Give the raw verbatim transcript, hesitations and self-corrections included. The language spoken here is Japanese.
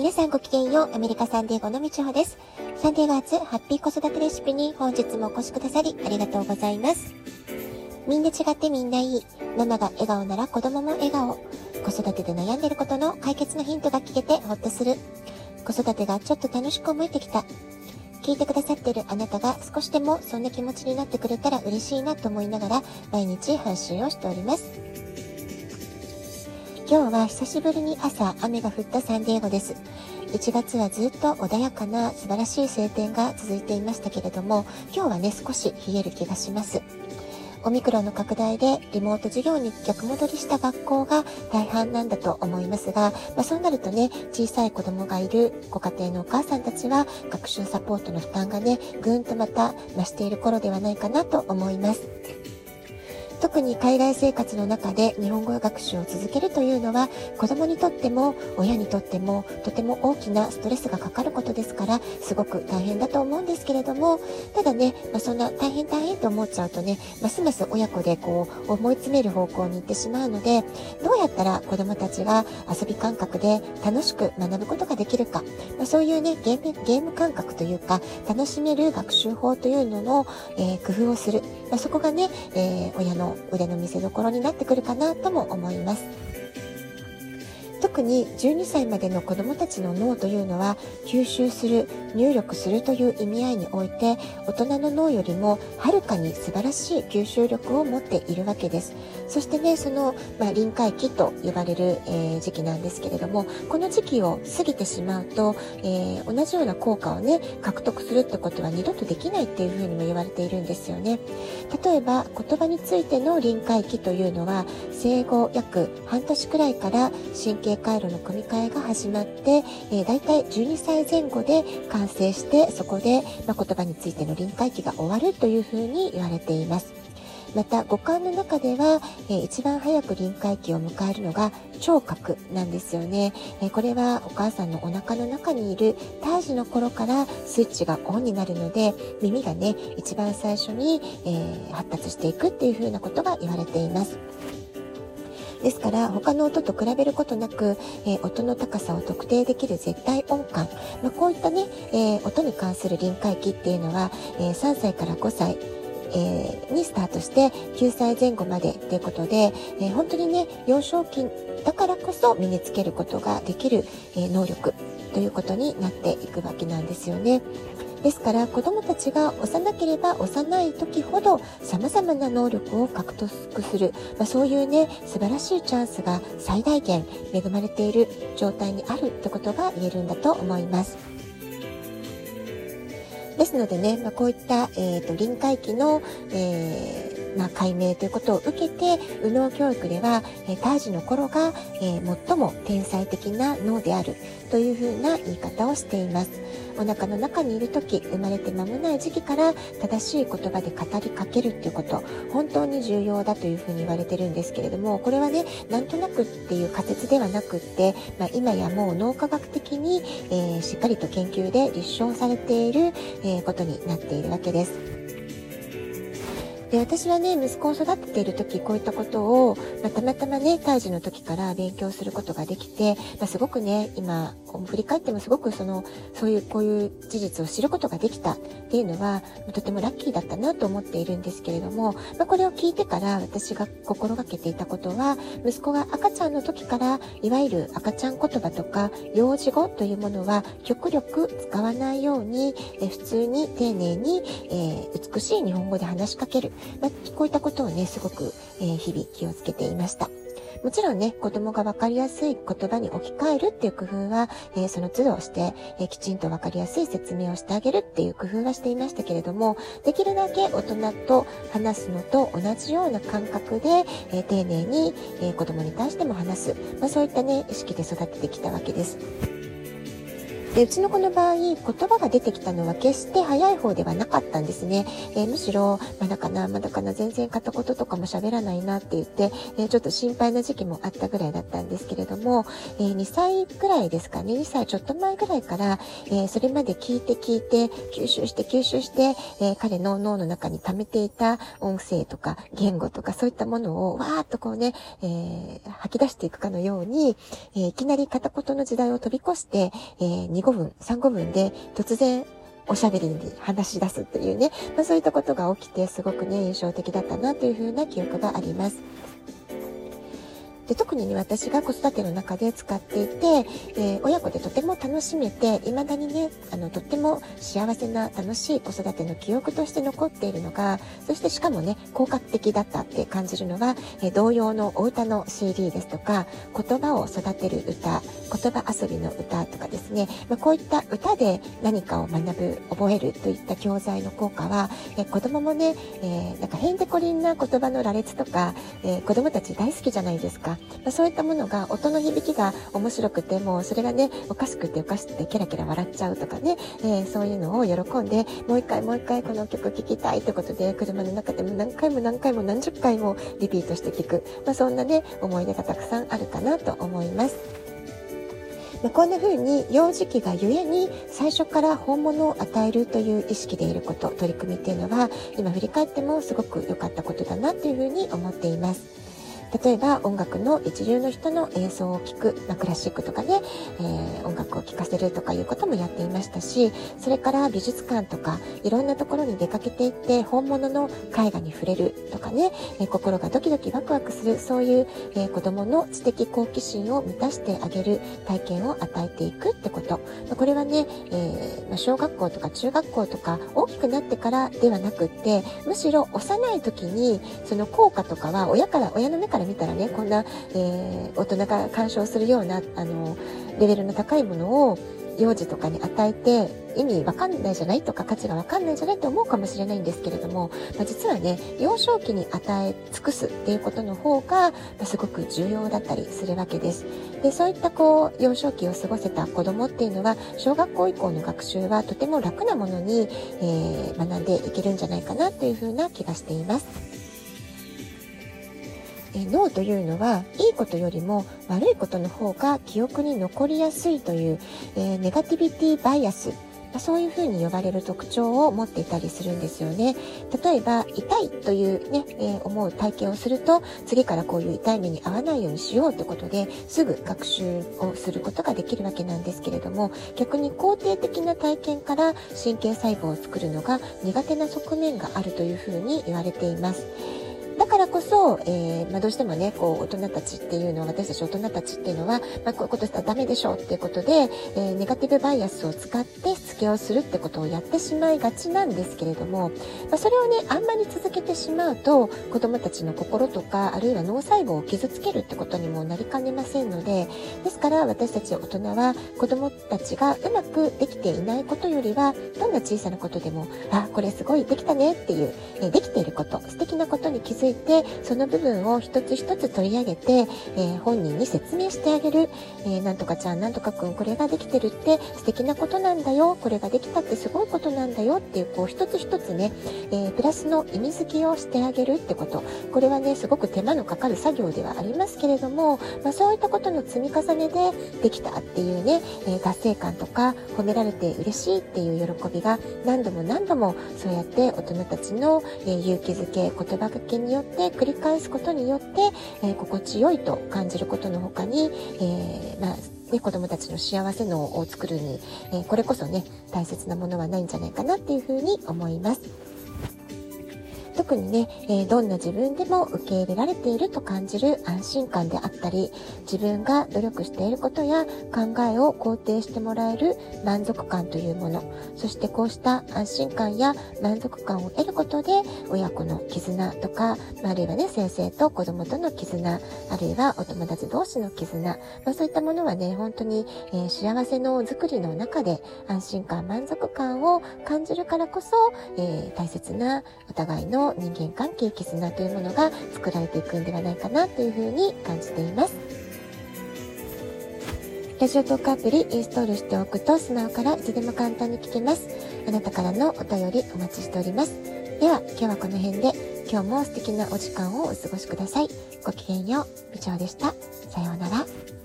皆さんごきげんよう。アメリカサンディエゴのみちほです。サンディエゴ発ハッピー子育てレシピに本日もお越しくださりありがとうございます。みんな違ってみんないい。ママが笑顔なら子供も笑顔。子育てで悩んでることの解決のヒントが聞けてほっとする。子育てがちょっと楽しく思えてきた。聞いてくださってるあなたが少しでもそんな気持ちになってくれたら嬉しいなと思いながら毎日配信をしております。今日は久しぶりに朝雨が降ったサンディエゴです。いちがつはずっと穏やかな素晴らしい晴天が続いていましたけれども、今日はね少し冷える気がします。オミクロンの拡大でリモート授業に逆戻りした学校が大半なんだと思いますが、まあ、そうなるとね、小さい子供がいるご家庭のお母さんたちは学習サポートの負担がね、ぐんとまた増している頃ではないかなと思います。特に海外生活の中で日本語学習を続けるというのは子供にとっても親にとってもとても大きなストレスがかかることですからすごく大変だと思うんですけれども、ただね、まあ、そんな大変大変と思っちゃうとね、ますます親子でこう思い詰める方向に行ってしまうので、どうやったら子供たちが遊び感覚で楽しく学ぶことができるか、まあ、そういうねゲーム、ゲーム感覚というか楽しめる学習法というのの、えー、工夫をする、まあ、そこがね、えー、親の腕の見せ所になってくるかなとも思います。特にじゅうにさいまでの子どもたちの脳というのは吸収する、入力するという意味合いにおいて大人の脳よりもはるかに素晴らしい吸収力を持っているわけです。そしてね、その、まあ、臨界期と呼ばれる、えー、時期なんですけれども、この時期を過ぎてしまうと、えー、同じような効果をね獲得するってことは二度とできないっていうふうにも言われているんですよね。例えば言葉についての臨界期というのは生後約半年くらいから神経回路の組み換えが始まって、えー、だいたいじゅうにさいぜん後で完成して、そこで、まあ、言葉についての臨界期が終わるというふうに言われています。また五感の中では、えー、一番早く臨界期を迎えるのが聴覚なんですよね。えー、これはお母さんのお腹の中にいる胎児の頃からスイッチがオンになるので、耳がね一番最初に、えー、発達していくっていうふうなことが言われています。ですから他の音と比べることなく、えー、音の高さを特定できる絶対音感、まあ、こういったね、えー、音に関する臨界期っていうのは、えー、さんさいからごさいえー、にスタートしてきゅうさいぜん後までということで、えー、本当にね幼少期だからこそ身につけることができる、えー、能力ということになっていくわけなんですよね。ですから子どもたちが幼ければ幼い時ほど様々な能力を獲得する、まあ、そういうね素晴らしいチャンスが最大限恵まれている状態にあるってことが言えるんだと思います。ですのでね、まあ、こういった、えーと、臨界期の、えーまあ、解明ということを受けて右脳教育では、えー、胎児の頃が、えー、最も天才的な脳であるというふうな言い方をしています。お腹の中にいる時、生まれて間もない時期から正しい言葉で語りかけるっていうこと本当に重要だというふうに言われてるんですけれども、これはねなんとなくっていう仮説ではなくって、まあ、今やもう脳科学的に、えー、しっかりと研究で立証されている、えー、ことになっているわけです。で私はね息子を育てている時こういったことを、まあ、たまたまね胎児の時から勉強することができて、まあ、すごくね今振り返ってもすごくそのそういうこういう事実を知ることができたっていうのはとてもラッキーだったなと思っているんですけれども、まあ、これを聞いてから私が心がけていたことは、息子が赤ちゃんの時からいわゆる赤ちゃん言葉とか幼児語というものは極力使わないように、え普通に丁寧に、えー、美しい日本語で話しかける、まあ、こういったことをねすごく、えー、日々気をつけていました。もちろんね子供が分かりやすい言葉に置き換えるっていう工夫は、えー、その都度して、えー、きちんと分かりやすい説明をしてあげるっていう工夫はしていましたけれども、できるだけ大人と話すのと同じような感覚で、えー、丁寧に、えー、子供に対しても話す、まあ、そういったね意識で育ててきたわけです。 でうちの子の場合、言葉が出てきたのは決して早い方ではなかったんですね。えー、むしろまだかなまだかな全然片言とかも喋らないなって言って、えー、ちょっと心配な時期もあったぐらいだったんですけれども、えー、にさいくらいですかね、にさいちょっと前ぐらいから、えー、それまで聞いて聞いて吸収して吸収して、えー、彼の脳の中に溜めていた音声とか言語とかそういったものをわーっとこうね、えー、吐き出していくかのように、えー、いきなり片言の時代を飛び越して、えー、にごふんさんごふんで突然おしゃべりに話し出すというね、まあ、そういったことが起きてすごくね印象的だったなというふうな記憶があります。で特にね私が子育ての中で使っていて、えー、親子でとても楽しめて未だにねあのとっても幸せな楽しい子育ての記憶として残っているのが、そしてしかもね効果的だったって感じるのは、えー、童謡のお歌の シーディー ですとか、言葉を育てる歌、言葉遊びの歌とかですね、まあ、こういった歌で何かを学ぶ覚えるといった教材の効果は、えー、子供もね、えー、なんかへんてこりんな言葉の羅列とか、えー、子供たち大好きじゃないですか。まあ、そういったものが音の響きが面白くてもそれがねおかしくておかしくてキャラキャラ笑っちゃうとかね、えー、そういうのを喜んでもう一回もう一回この曲聴きたいということで車の中でも何回も何回も何十回もリピートして聴く、まあ、そんなね思い出がたくさんあるかなと思います。まあ、こんな風に幼児期がゆえに最初から本物を与えるという意識でいること、取り組みっていうのは今振り返ってもすごく良かったことだなというふうに思っています。例えば音楽の一流の人の演奏を聴く、まあ、クラシックとかね、えー、音楽を聴かせるとかいうこともやっていましたし、それから美術館とかいろんなところに出かけていって本物の絵画に触れるとかね、えー、心がドキドキワクワクする、そういう、えー、子供の知的好奇心を満たしてあげる体験を与えていくってこと、まあ、これはね、えーまあ、小学校とか中学校とか大きくなってからではなくって、むしろ幼い時にその効果とかは親から親の目から見たらね、こんな、えー、大人が鑑賞するようなあのレベルの高いものを幼児とかに与えて意味わかんないじゃないとか価値がわかんないじゃないと思うかもしれないんですけれども、まあ、実はね幼少期に与え尽くすっていうことの方が、まあ、すごく重要だったりするわけです。でそういったこう幼少期を過ごせた子どもっていうのは小学校以降の学習はとても楽なものに、えー、学んでいけるんじゃないかなというふうな気がしています。え脳というのはいいことよりも悪いことの方が記憶に残りやすいという、えー、ネガティビティバイアス、そういうふうに呼ばれる特徴を持っていたりするんですよね。例えば痛いというね、えー、思う体験をすると次からこういう痛い目に遭わないようにしようということですぐ学習をすることができるわけなんですけれども、逆に肯定的な体験から神経細胞を作るのが苦手な側面があるというふうに言われています。だからこそ、えーまあ、どうしてもねこう大人たちっていうのは私たち大人たちっていうのは、まあ、こういうことしたらダメでしょうっていうことで、えー、ネガティブバイアスを使ってしつけをするってことをやってしまいがちなんですけれども、まあ、それをねあんまり続けてしまうと子どもたちの心とかあるいは脳細胞を傷つけるってことにもなりかねませんので、ですから私たち大人は子どもたちがうまくできていないことよりはどんな小さなことでもあこれすごいできたねっていう、えー、できていること素敵なことに気づいててその部分を一つ一つ取り上げて、えー、本人に説明してあげる、えー、なんとかちゃんなんとかくんこれができてるって素敵なことなんだよ、これができたってすごいことなんだよっていうこう一つ一つね、えー、プラスの意味付けをしてあげるってこと、これはねすごく手間のかかる作業ではありますけれども、まあ、そういったことの積み重ねでできたっていうね、えー、達成感とか褒められて嬉しいっていう喜びが何度も何度もそうやって大人たちの、えー、勇気づけ言葉かけによって繰り返すことによって、えー、心地よいと感じることの他に、えーまあね、子どもたちの幸せ脳を作るに、えー、これこそね大切なものはないんじゃないかなっていうふうに思います。特にね、えー、どんな自分でも受け入れられていると感じる安心感であったり、自分が努力していることや考えを肯定してもらえる満足感というもの、そしてこうした安心感や満足感を得ることで親子の絆とか、あるいはね先生と子供との絆、あるいはお友達同士の絆、まあ、そういったものはね本当に、えー、幸せの作りの中で安心感満足感を感じるからこそ、えー、大切なお互いの人間関係絆というものが作られていくんではないかなというふうに感じています。 ラジオトークアプリインストールしておくとスマホからいつでも簡単に聞けます。あなたからのお便りお待ちしております。では今日はこの辺で、今日も素敵なお時間をお過ごしください。ごきげんよう。みちょうでした。さようなら。